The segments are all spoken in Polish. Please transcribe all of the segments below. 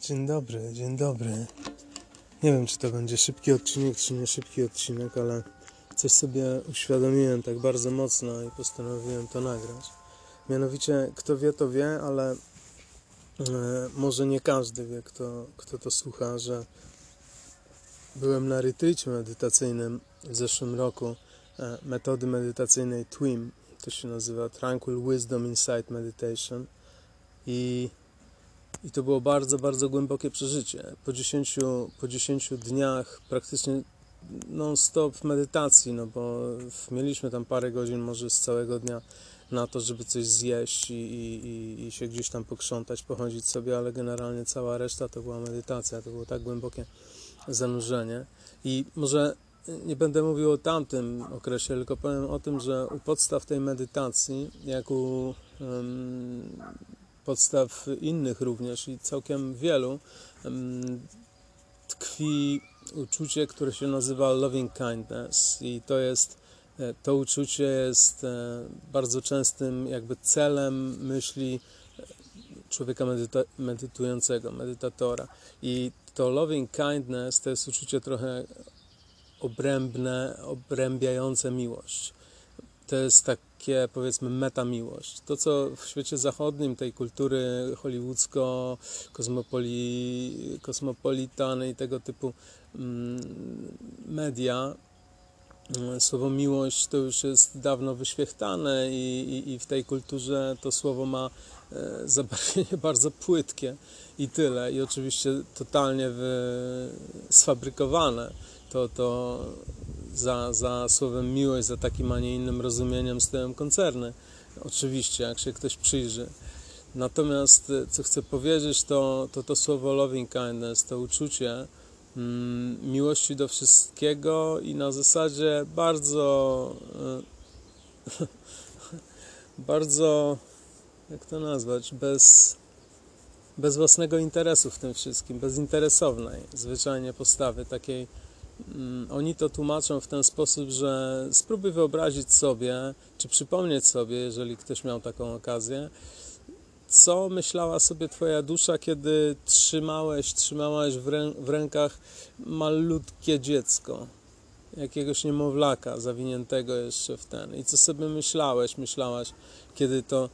Dzień dobry, dzień dobry. Nie wiem, czy to będzie szybki odcinek, czy nie szybki odcinek, ale coś sobie uświadomiłem tak bardzo mocno i postanowiłem to nagrać. Mianowicie, kto wie, to wie, ale może nie każdy wie, kto to słucha, że byłem na retreacie medytacyjnym w zeszłym roku metody medytacyjnej TWIM. To się nazywa Tranquil Wisdom Insight Meditation. I to było bardzo, bardzo głębokie przeżycie. Po 10 dniach praktycznie non-stop medytacji, no bo mieliśmy tam parę godzin może z całego dnia na to, żeby coś zjeść i się gdzieś tam pokrzątać, pochodzić sobie, ale generalnie cała reszta to była medytacja. To było tak głębokie zanurzenie. I może nie będę mówił o tamtym okresie, tylko powiem o tym, że u podstaw tej medytacji, jak u podstaw innych również i całkiem wielu, tkwi uczucie, które się nazywa loving kindness i to uczucie jest bardzo częstym jakby celem myśli człowieka medytującego, medytatora. I to loving kindness to jest uczucie trochę obrębiające miłość. To jest takie, powiedzmy, metamiłość. To, co w świecie zachodnim, tej kultury hollywoodzko-kosmopolitany i tego typu media, słowo miłość to już jest dawno wyświechtane i w tej kulturze to słowo ma zabarwienie bardzo płytkie i tyle. I oczywiście totalnie sfabrykowane. To za słowem miłość, za takim, a nie innym rozumieniem stoją koncerny. Oczywiście, jak się ktoś przyjrzy. Natomiast, co chcę powiedzieć, to słowo loving kindness, to uczucie miłości do wszystkiego i na zasadzie bardzo, bardzo, jak to nazwać, bez własnego interesu w tym wszystkim, bezinteresownej zwyczajnie postawy takiej. Oni to tłumaczą w ten sposób, że spróbuj wyobrazić sobie, czy przypomnieć sobie, jeżeli ktoś miał taką okazję, co myślała sobie twoja dusza, kiedy trzymałaś w rękach malutkie dziecko, jakiegoś niemowlaka zawiniętego jeszcze w ten. I co sobie myślałaś, kiedy to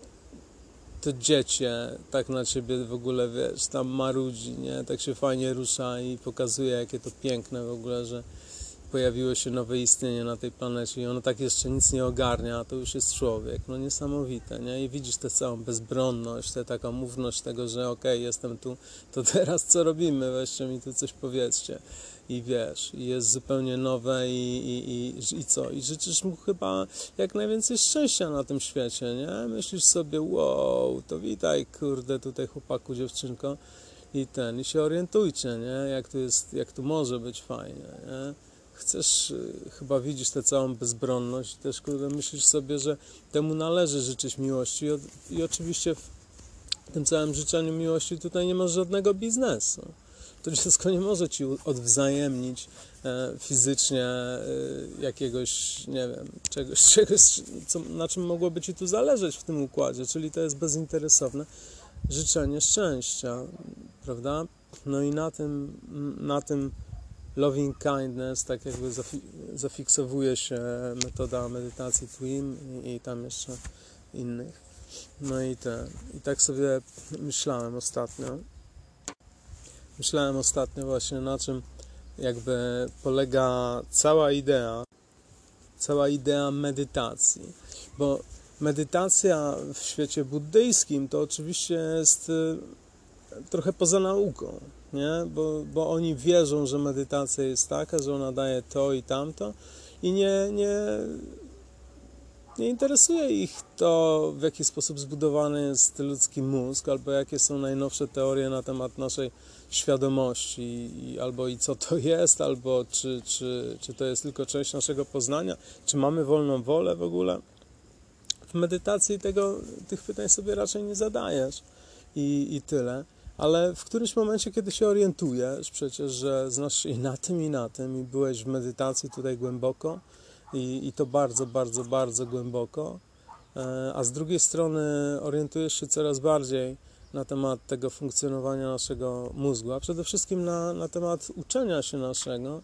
dziecię tak na ciebie w ogóle, wiesz, tam marudzi, nie? Tak się fajnie rusza i pokazuje, jakie to piękne w ogóle, że pojawiło się nowe istnienie na tej planecie i ono tak jeszcze nic nie ogarnia, a to już jest człowiek. No niesamowite, nie? I widzisz tę całą bezbronność, tę taką mówność tego, że okej, jestem tu, to teraz co robimy? Weźcie mi tu coś powiedzcie. I wiesz, i jest zupełnie nowe i co? I życzysz mu chyba jak najwięcej szczęścia na tym świecie, nie? Myślisz sobie, wow, to witaj, kurde, tutaj chłopaku, dziewczynko i się orientujcie, nie? Jak tu może być fajnie, nie? Chcesz, chyba widzisz tę całą bezbronność i też, kurde, myślisz sobie, że temu należy życzyć miłości i oczywiście w tym całym życzeniu miłości tutaj nie masz żadnego biznesu. To dziecko nie może ci odwzajemnić fizycznie jakiegoś, nie wiem, czegoś na czym mogłoby ci tu zależeć w tym układzie, czyli to jest bezinteresowne życzenie szczęścia, prawda? No i na tym loving kindness, tak jakby zafiksowuje się metoda medytacji TWIM i tam jeszcze innych. No i tak sobie myślałem ostatnio właśnie na czym jakby polega cała idea medytacji, bo medytacja w świecie buddyjskim to oczywiście jest trochę poza nauką, nie? Bo oni wierzą, że medytacja jest taka, że ona daje to i tamto i nie interesuje ich to, w jaki sposób zbudowany jest ludzki mózg, albo jakie są najnowsze teorie na temat naszej świadomości, albo i co to jest, albo czy to jest tylko część naszego poznania, czy mamy wolną wolę w ogóle. W medytacji tych pytań sobie raczej nie zadajesz i tyle. Ale w którymś momencie, kiedy się orientujesz przecież, że znasz się i na tym i byłeś w medytacji tutaj głęboko i to bardzo, bardzo, bardzo głęboko, a z drugiej strony orientujesz się coraz bardziej na temat tego funkcjonowania naszego mózgu, a przede wszystkim na temat uczenia się naszego.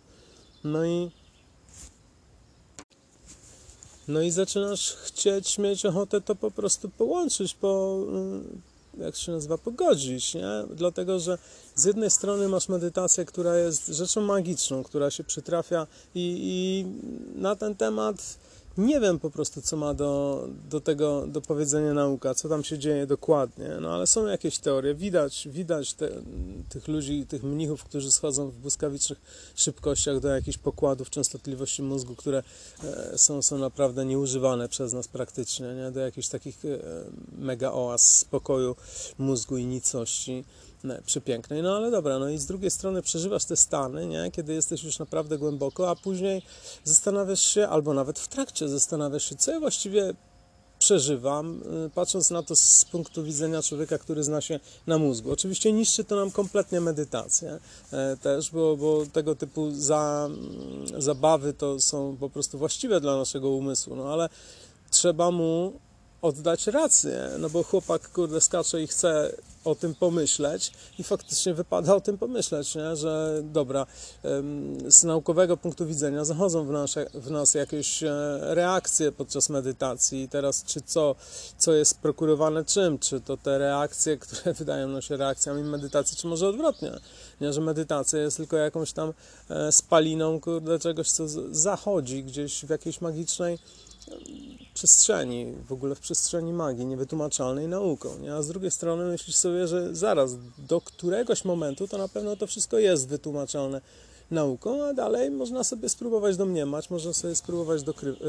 No i zaczynasz chcieć mieć ochotę to po prostu połączyć, jak się nazywa, pogodzić, nie? Dlatego, że z jednej strony masz medytację, która jest rzeczą magiczną, która się przytrafia i na ten temat nie wiem po prostu, co ma do powiedzenia nauka, co tam się dzieje dokładnie, no ale są jakieś teorie, widać tych ludzi, tych mnichów, którzy schodzą w błyskawicznych szybkościach do jakichś pokładów częstotliwości mózgu, które są naprawdę nieużywane przez nas praktycznie, nie? Do jakichś takich mega oaz spokoju mózgu i nicości przepięknej, no ale dobra, no i z drugiej strony przeżywasz te stany, nie? Kiedy jesteś już naprawdę głęboko, a później zastanawiasz się, albo nawet w trakcie zastanawiasz się, co ja właściwie przeżywam, patrząc na to z punktu widzenia człowieka, który zna się na mózgu. Oczywiście niszczy to nam kompletnie medytację też, bo tego typu zabawy to są po prostu właściwe dla naszego umysłu, no ale trzeba mu oddać rację, no bo chłopak, kurde, skacze i chce o tym pomyśleć i faktycznie wypada o tym pomyśleć, nie? Że dobra, z naukowego punktu widzenia zachodzą w nas jakieś reakcje podczas medytacji i teraz co jest prokurowane czym, czy to te reakcje, które wydają nam się reakcjami medytacji, czy może odwrotnie, nie? Że medytacja jest tylko jakąś tam spaliną, kurde, czegoś, co zachodzi gdzieś w jakiejś magicznej przestrzeni, w ogóle w przestrzeni magii, niewytłumaczalnej nauką, nie? A z drugiej strony myślisz sobie, że zaraz, do któregoś momentu to na pewno to wszystko jest wytłumaczalne nauką, a dalej można sobie spróbować domniemać, można sobie spróbować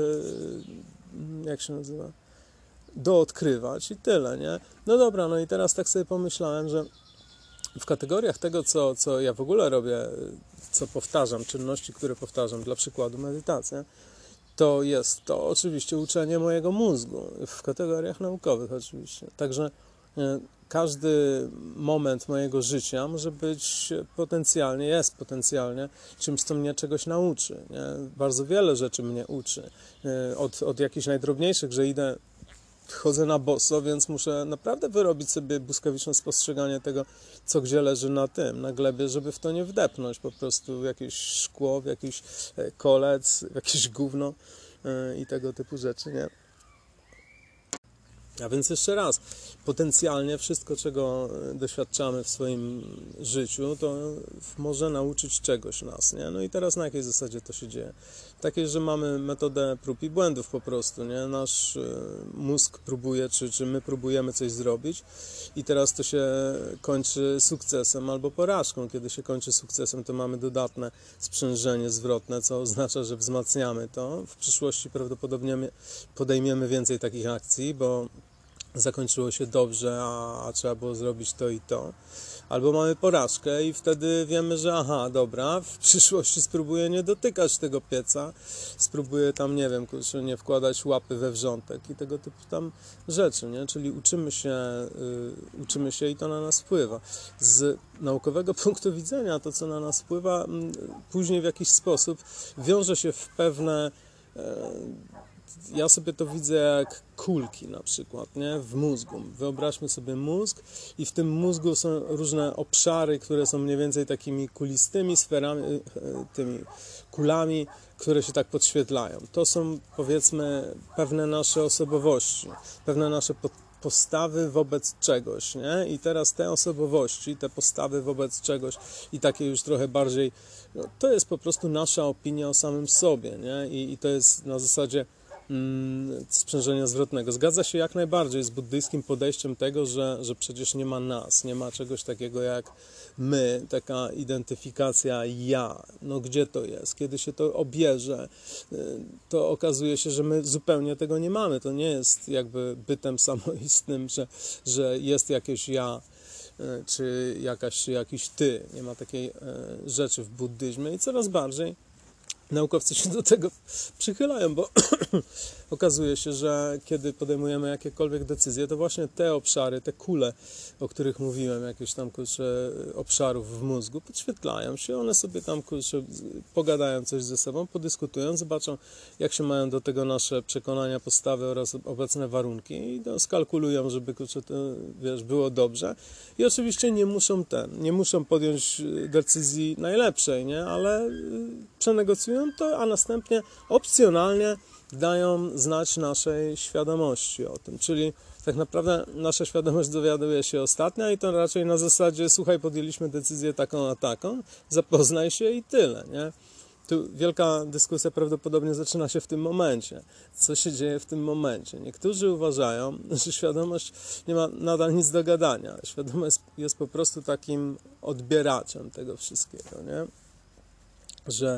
doodkrywać i tyle, nie? No dobra, no i teraz tak sobie pomyślałem, że w kategoriach tego, co ja w ogóle robię, co powtarzam, czynności, które powtarzam, dla przykładu medytację, to jest to oczywiście uczenie mojego mózgu, w kategoriach naukowych oczywiście. Także każdy moment mojego życia może być jest potencjalnie czymś, co mnie czegoś nauczy. Nie? Bardzo wiele rzeczy mnie uczy. Od jakichś najdrobniejszych, że chodzę na boso, więc muszę naprawdę wyrobić sobie błyskawiczne spostrzeganie tego, co gdzie leży na glebie, żeby w to nie wdepnąć po prostu w jakieś szkło, w jakiś kolec, w jakieś gówno i tego typu rzeczy, nie? A więc jeszcze raz, potencjalnie wszystko, czego doświadczamy w swoim życiu, to może nauczyć czegoś nas, nie? No i teraz na jakiej zasadzie to się dzieje? Takie, że mamy metodę prób i błędów po prostu, nie? Nasz mózg próbuje, czy my próbujemy coś zrobić i teraz to się kończy sukcesem albo porażką. Kiedy się kończy sukcesem, to mamy dodatne sprzężenie zwrotne, co oznacza, że wzmacniamy to. W przyszłości prawdopodobnie podejmiemy więcej takich akcji, bo zakończyło się dobrze, a trzeba było zrobić to i to. Albo mamy porażkę i wtedy wiemy, że aha, dobra, w przyszłości spróbuję nie dotykać tego pieca, spróbuję tam, nie wiem, kurczę, nie wkładać łapy we wrzątek i tego typu tam rzeczy, nie? Czyli uczymy się i to na nas wpływa. Z naukowego punktu widzenia to, co na nas wpływa, później w jakiś sposób wiąże się w pewne... Ja sobie to widzę jak kulki na przykład, nie? W mózgu. Wyobraźmy sobie mózg i w tym mózgu są różne obszary, które są mniej więcej takimi kulistymi sferami, tymi kulami, które się tak podświetlają. To są, powiedzmy, pewne nasze osobowości, pewne nasze postawy wobec czegoś, nie? I teraz te osobowości, te postawy wobec czegoś i takie już trochę bardziej, no, to jest po prostu nasza opinia o samym sobie, nie? I to jest na zasadzie sprzężenia zwrotnego. Zgadza się jak najbardziej z buddyjskim podejściem tego, że przecież nie ma nas, nie ma czegoś takiego jak my, taka identyfikacja ja. No gdzie to jest? Kiedy się to obierze, to okazuje się, że my zupełnie tego nie mamy. To nie jest jakby bytem samoistnym, że jest jakieś ja, czy jakiś ty. Nie ma takiej rzeczy w buddyzmie i coraz bardziej naukowcy się do tego przychylają, bo okazuje się, że kiedy podejmujemy jakiekolwiek decyzje, to właśnie te obszary, te kule, o których mówiłem, jakieś tam obszarów w mózgu, podświetlają się, one sobie tam pogadają coś ze sobą, podyskutują, zobaczą, jak się mają do tego nasze przekonania, postawy oraz obecne warunki i skalkulują, żeby to, było dobrze. I oczywiście nie muszą podjąć decyzji najlepszej, nie? Ale przenegocjują to, a następnie opcjonalnie dają znać naszej świadomości o tym. Czyli tak naprawdę nasza świadomość dowiaduje się ostatnia i to raczej na zasadzie słuchaj, podjęliśmy decyzję taką a taką, zapoznaj się i tyle, nie? Tu wielka dyskusja prawdopodobnie zaczyna się w tym momencie. Co się dzieje w tym momencie? Niektórzy uważają, że świadomość nie ma nadal nic do gadania. Świadomość jest po prostu takim odbieraczem tego wszystkiego, nie? Że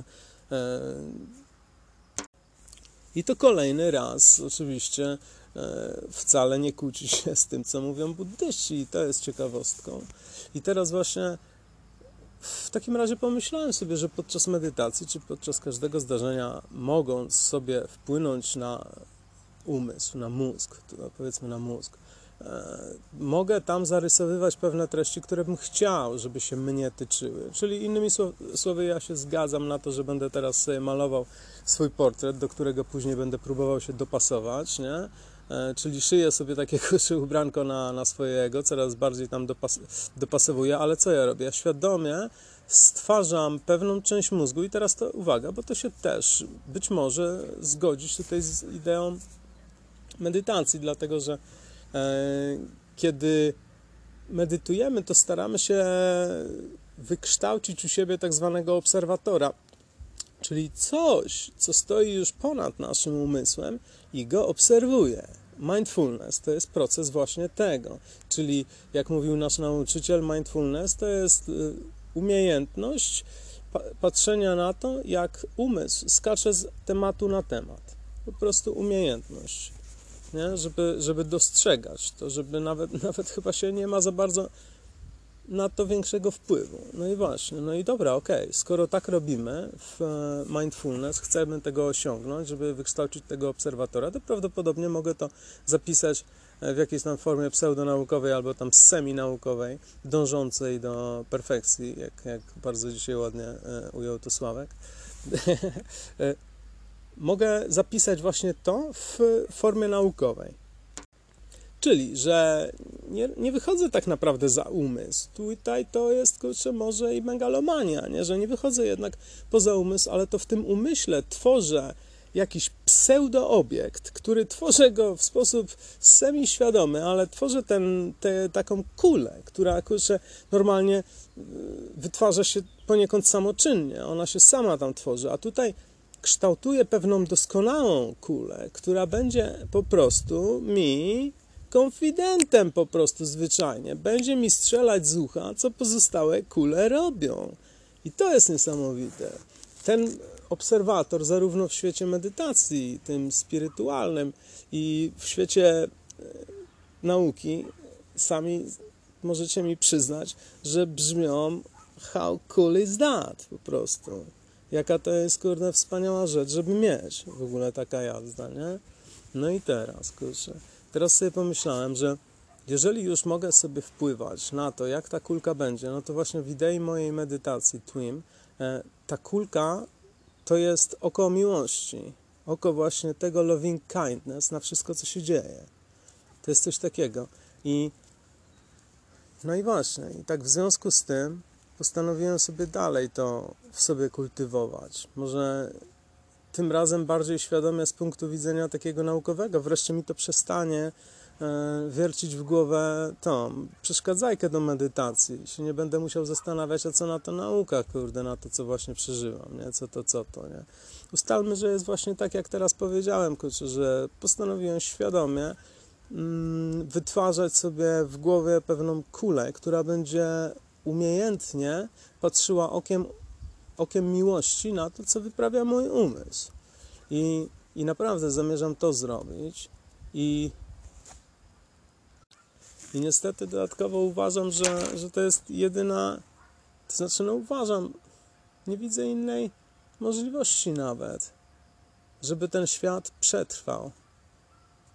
i to kolejny raz oczywiście wcale nie kłóci się z tym, co mówią buddyści i to jest ciekawostką. I teraz właśnie w takim razie pomyślałem sobie, że podczas medytacji, czy podczas każdego zdarzenia, mogąc sobie wpłynąć na umysł, na mózg, powiedzmy na mózg, mogę tam zarysowywać pewne treści, które bym chciał, żeby się mnie tyczyły. Czyli innymi słowy, ja się zgadzam na to, że będę teraz sobie malował swój portret, do którego później będę próbował się dopasować, nie? Czyli szyję sobie takie ubranko na swoje ego, coraz bardziej tam dopasowuję, ale co ja robię? Ja świadomie stwarzam pewną część mózgu i teraz to uwaga, bo to się też być może zgodzić tutaj z ideą medytacji, dlatego że kiedy medytujemy, to staramy się wykształcić u siebie tak zwanego obserwatora, czyli coś, co stoi już ponad naszym umysłem i go obserwuje. Mindfulness to jest proces właśnie tego, czyli jak mówił nasz nauczyciel, mindfulness to jest umiejętność patrzenia na to, jak umysł skacze z tematu na temat. Po prostu umiejętność, nie? Żeby dostrzegać to, żeby nawet chyba się nie ma za bardzo na to większego wpływu. No i właśnie, no i dobra, okej, skoro tak robimy w mindfulness, chcemy tego osiągnąć, żeby wykształcić tego obserwatora, to prawdopodobnie mogę to zapisać w jakiejś tam formie pseudonaukowej albo tam semi-naukowej, dążącej do perfekcji, jak bardzo dzisiaj ładnie ujął to Sławek. Mogę zapisać właśnie to w formie naukowej. Czyli, że nie wychodzę tak naprawdę za umysł. Tutaj to jest, może i megalomania, nie? Że nie wychodzę jednak poza umysł, ale to w tym umyśle tworzę jakiś pseudoobiekt, który tworzę go w sposób semi-świadomy, ale tworzę taką kulę, która normalnie wytwarza się poniekąd samoczynnie. Ona się sama tam tworzy, a tutaj kształtuję pewną doskonałą kulę, która będzie po prostu mi konfidentem po prostu zwyczajnie. Będzie mi strzelać z ucha, co pozostałe kule robią. I to jest niesamowite. Ten obserwator zarówno w świecie medytacji, tym spirytualnym i w świecie nauki, sami możecie mi przyznać, że brzmią how cool is that po prostu. Jaka to jest, wspaniała rzecz, żeby mieć w ogóle taka jazda, nie? No i teraz sobie pomyślałem, że jeżeli już mogę sobie wpływać na to, jak ta kulka będzie, no to właśnie w idei mojej medytacji TWIM, ta kulka to jest oko miłości, oko właśnie tego loving kindness na wszystko, co się dzieje. To jest coś takiego. No i właśnie, i tak w związku z tym postanowiłem sobie dalej to w sobie kultywować. Może tym razem bardziej świadomie z punktu widzenia takiego naukowego. Wreszcie mi to przestanie wiercić w głowę przeszkadzajkę do medytacji. Się nie będę musiał zastanawiać, a co na to nauka, na to, co właśnie przeżywam, nie? Co to, nie? Ustalmy, że jest właśnie tak, jak teraz powiedziałem, że postanowiłem świadomie wytwarzać sobie w głowie pewną kulę, która będzie umiejętnie patrzyła okiem miłości na to, co wyprawia mój umysł. I naprawdę zamierzam to zrobić. I niestety dodatkowo uważam, że to jest jedyna, to znaczy uważam, nie widzę innej możliwości nawet, żeby ten świat przetrwał.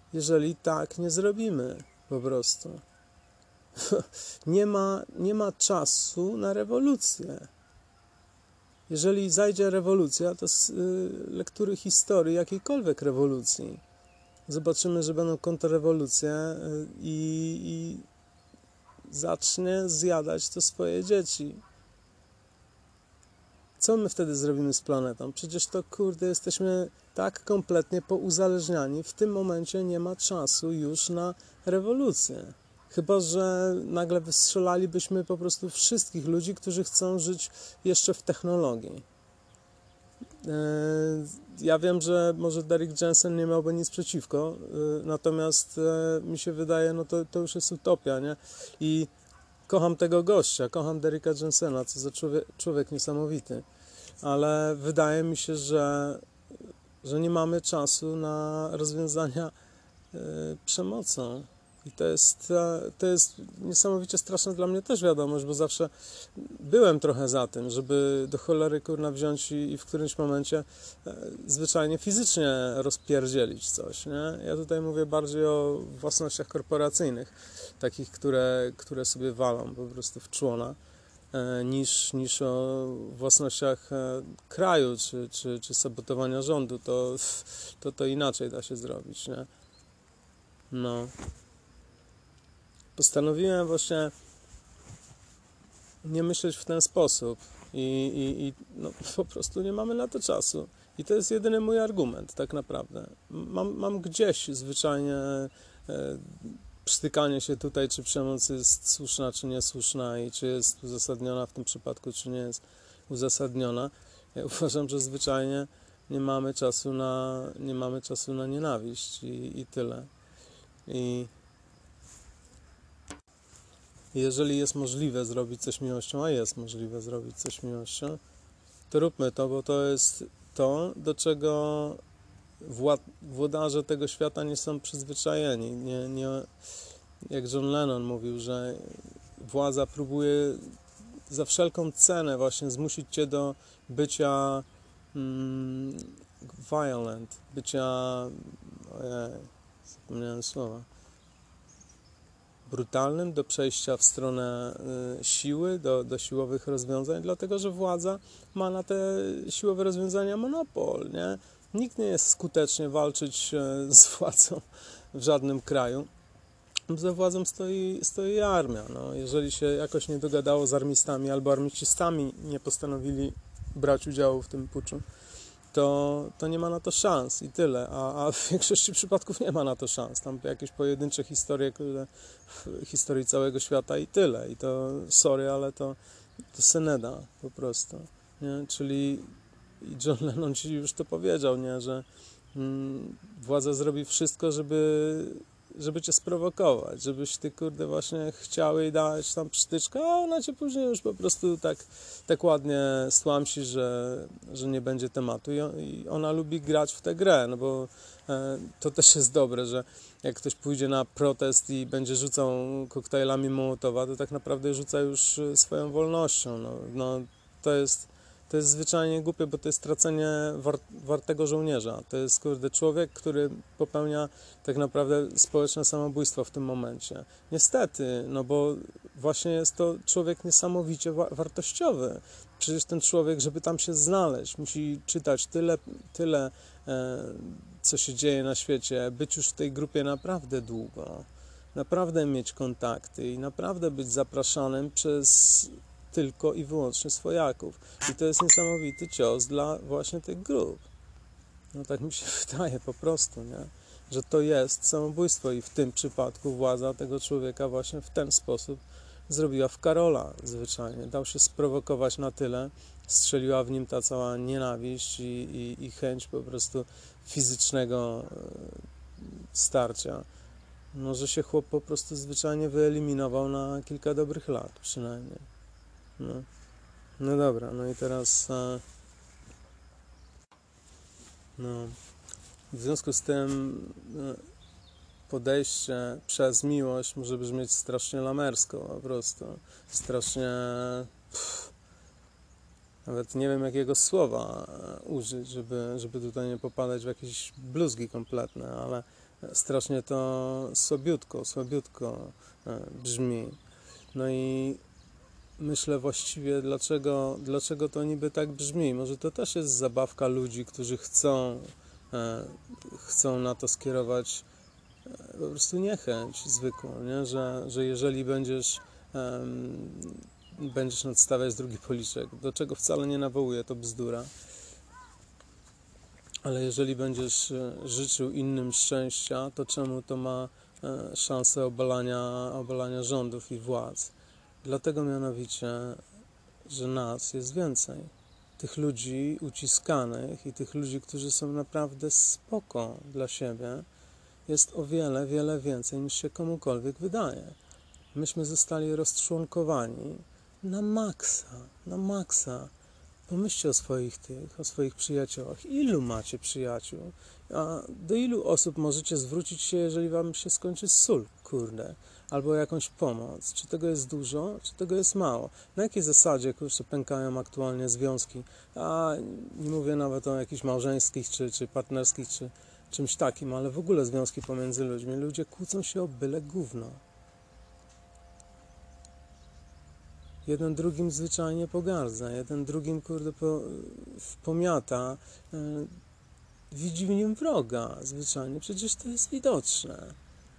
jeżeli tak nie zrobimy po prostu. Nie ma czasu na rewolucję. Jeżeli zajdzie rewolucja, to z lektury historii jakiejkolwiek rewolucji zobaczymy, że będą kontrrewolucje i zacznie zjadać to swoje dzieci. Co my wtedy zrobimy z planetą? Przecież to, kurde, jesteśmy tak kompletnie pouzależniani. W tym momencie nie ma czasu już na rewolucję. Chyba że nagle wystrzelalibyśmy po prostu wszystkich ludzi, którzy chcą żyć jeszcze w technologii. Ja wiem, że może Derrick Jensen nie miałby nic przeciwko, natomiast mi się wydaje, no to już jest utopia, nie? I kocham tego gościa, kocham Derricka Jensena, co za człowiek niesamowity, ale wydaje mi się, że nie mamy czasu na rozwiązania przemocą. I to jest niesamowicie straszna dla mnie też wiadomość, bo zawsze byłem trochę za tym, żeby do cholery kurna wziąć i w którymś momencie zwyczajnie fizycznie rozpierdzielić coś, nie? Ja tutaj mówię bardziej o własnościach korporacyjnych, takich, które sobie walą po prostu w człona, niż o własnościach kraju, czy sabotowania rządu. To inaczej da się zrobić, nie? No. Postanowiłem właśnie nie myśleć w ten sposób i no, po prostu nie mamy na to czasu. I to jest jedyny mój argument, tak naprawdę. Mam gdzieś zwyczajnie przytykanie się tutaj, czy przemoc jest słuszna, czy niesłuszna i czy jest uzasadniona w tym przypadku, czy nie jest uzasadniona. Ja uważam, że zwyczajnie nie mamy czasu na nienawiść i tyle. I jeżeli jest możliwe zrobić coś miłością, a jest możliwe zrobić coś miłością, to róbmy to, bo to jest to, do czego włodarze tego świata nie są przyzwyczajeni. Nie, jak John Lennon mówił, że władza próbuje za wszelką cenę właśnie zmusić cię do bycia violent, bycia... Ojej, zapomniałem słowa. Brutalnym, do przejścia w stronę siły, do siłowych rozwiązań, dlatego że władza ma na te siłowe rozwiązania monopol, nie? Nikt nie jest skutecznie walczyć z władzą w żadnym kraju. Za władzą stoi armia. No, jeżeli się jakoś nie dogadało z armistami albo armiści sami nie postanowili brać udziału w tym puczu, to nie ma na to szans i tyle, a w większości przypadków nie ma na to szans. Tam jakieś pojedyncze historie, historii całego świata i tyle. I to sorry, ale to se nie da po prostu. Nie? Czyli John Lennon ci już to powiedział, nie? Że władza zrobi wszystko, żeby cię sprowokować, żebyś ty, kurde, właśnie chciał jej dać tam przytyczkę, a ona cię później już po prostu tak ładnie stłamsi, że nie będzie tematu i ona lubi grać w tę grę, no bo to też jest dobre, że jak ktoś pójdzie na protest i będzie rzucał koktajlami Mołotowa, to tak naprawdę rzuca już swoją wolnością, no to jest zwyczajnie głupie, bo to jest tracenie wartego żołnierza. To jest, kurde, człowiek, który popełnia tak naprawdę społeczne samobójstwo w tym momencie. Niestety, no bo właśnie jest to człowiek niesamowicie wartościowy. Przecież ten człowiek, żeby tam się znaleźć, musi czytać tyle co się dzieje na świecie, być już w tej grupie naprawdę długo, naprawdę mieć kontakty i naprawdę być zapraszanym przez tylko i wyłącznie swojaków. I to jest niesamowity cios dla właśnie tych grup. No tak mi się wydaje po prostu, nie? Że to jest samobójstwo i w tym przypadku władza tego człowieka właśnie w ten sposób zrobiła w Karola zwyczajnie. Dał się sprowokować na tyle, strzeliła w nim ta cała nienawiść i chęć po prostu fizycznego starcia. No, że się chłop po prostu zwyczajnie wyeliminował na kilka dobrych lat przynajmniej. No dobra, no i teraz w związku z tym podejście przez miłość może brzmieć strasznie lamersko po prostu, strasznie nawet nie wiem jakiego słowa użyć, żeby tutaj nie popadać w jakieś bluzgi kompletne, ale strasznie to słabiutko brzmi. No i myślę właściwie, dlaczego to niby tak brzmi. Może to też jest zabawka ludzi, którzy chcą na to skierować po prostu niechęć zwykłą, nie? Że jeżeli będziesz nadstawiać drugi policzek, do czego wcale nie nawołuję, to bzdura. Ale jeżeli będziesz życzył innym szczęścia, to czemu to ma szansę obalania rządów i władz? Dlatego mianowicie, że nas jest więcej. Tych ludzi uciskanych i tych ludzi, którzy są naprawdę spoko dla siebie, jest o wiele więcej niż się komukolwiek wydaje. Myśmy zostali rozczłonkowani na maksa. Pomyślcie o swoich przyjaciołach. Ilu macie przyjaciół? A do ilu osób możecie zwrócić się, jeżeli wam się skończy sól, kurde? Albo jakąś pomoc. Czy tego jest dużo, czy tego jest mało? Na jakiej zasadzie, kurczę, pękają aktualnie związki? A nie mówię nawet o jakichś małżeńskich, czy partnerskich, czy czymś takim, ale w ogóle związki pomiędzy ludźmi. Ludzie kłócą się o byle gówno. Jeden drugim zwyczajnie pogardza, jeden drugim, kurde, pomiata, widzi w nim wroga zwyczajnie, przecież to jest widoczne.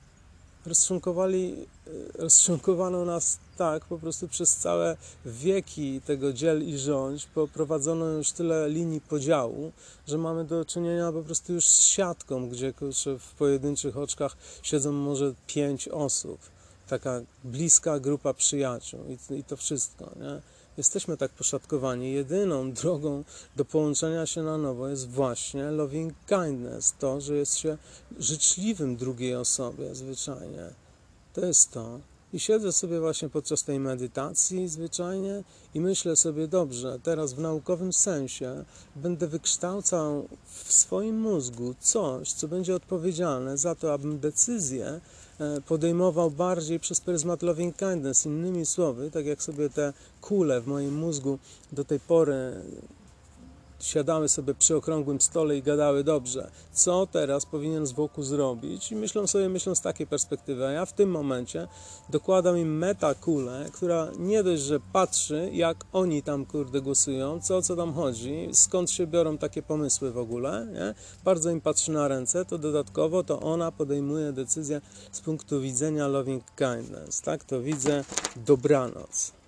Rozczłonkowano nas tak po prostu przez całe wieki tego dziel i rządź, poprowadzono już tyle linii podziału, że mamy do czynienia po prostu już z siatką, gdzie kurczę, w pojedynczych oczkach siedzą może 5 osób. Taka bliska grupa przyjaciół i to wszystko, nie? Jesteśmy tak poszatkowani. Jedyną drogą do połączenia się na nowo jest właśnie loving kindness, to, że jest się życzliwym drugiej osobie zwyczajnie. To jest to. I siedzę sobie właśnie podczas tej medytacji zwyczajnie i myślę sobie, dobrze, teraz w naukowym sensie będę wykształcał w swoim mózgu coś, co będzie odpowiedzialne za to, abym decyzję podejmował bardziej przez pryzmat loving kindness. Innymi słowy, tak jak sobie te kule w moim mózgu do tej pory siadały sobie przy okrągłym stole i gadały, dobrze, co teraz powinien z wokół zrobić? I myślą z takiej perspektywy, a ja w tym momencie dokładam im metakulę, która nie dość, że patrzy, jak oni tam, kurde, głosują, co tam chodzi, skąd się biorą takie pomysły w ogóle, nie? Bardzo im patrzy na ręce, to dodatkowo to ona podejmuje decyzję z punktu widzenia loving kindness, tak? To widzę, dobranoc.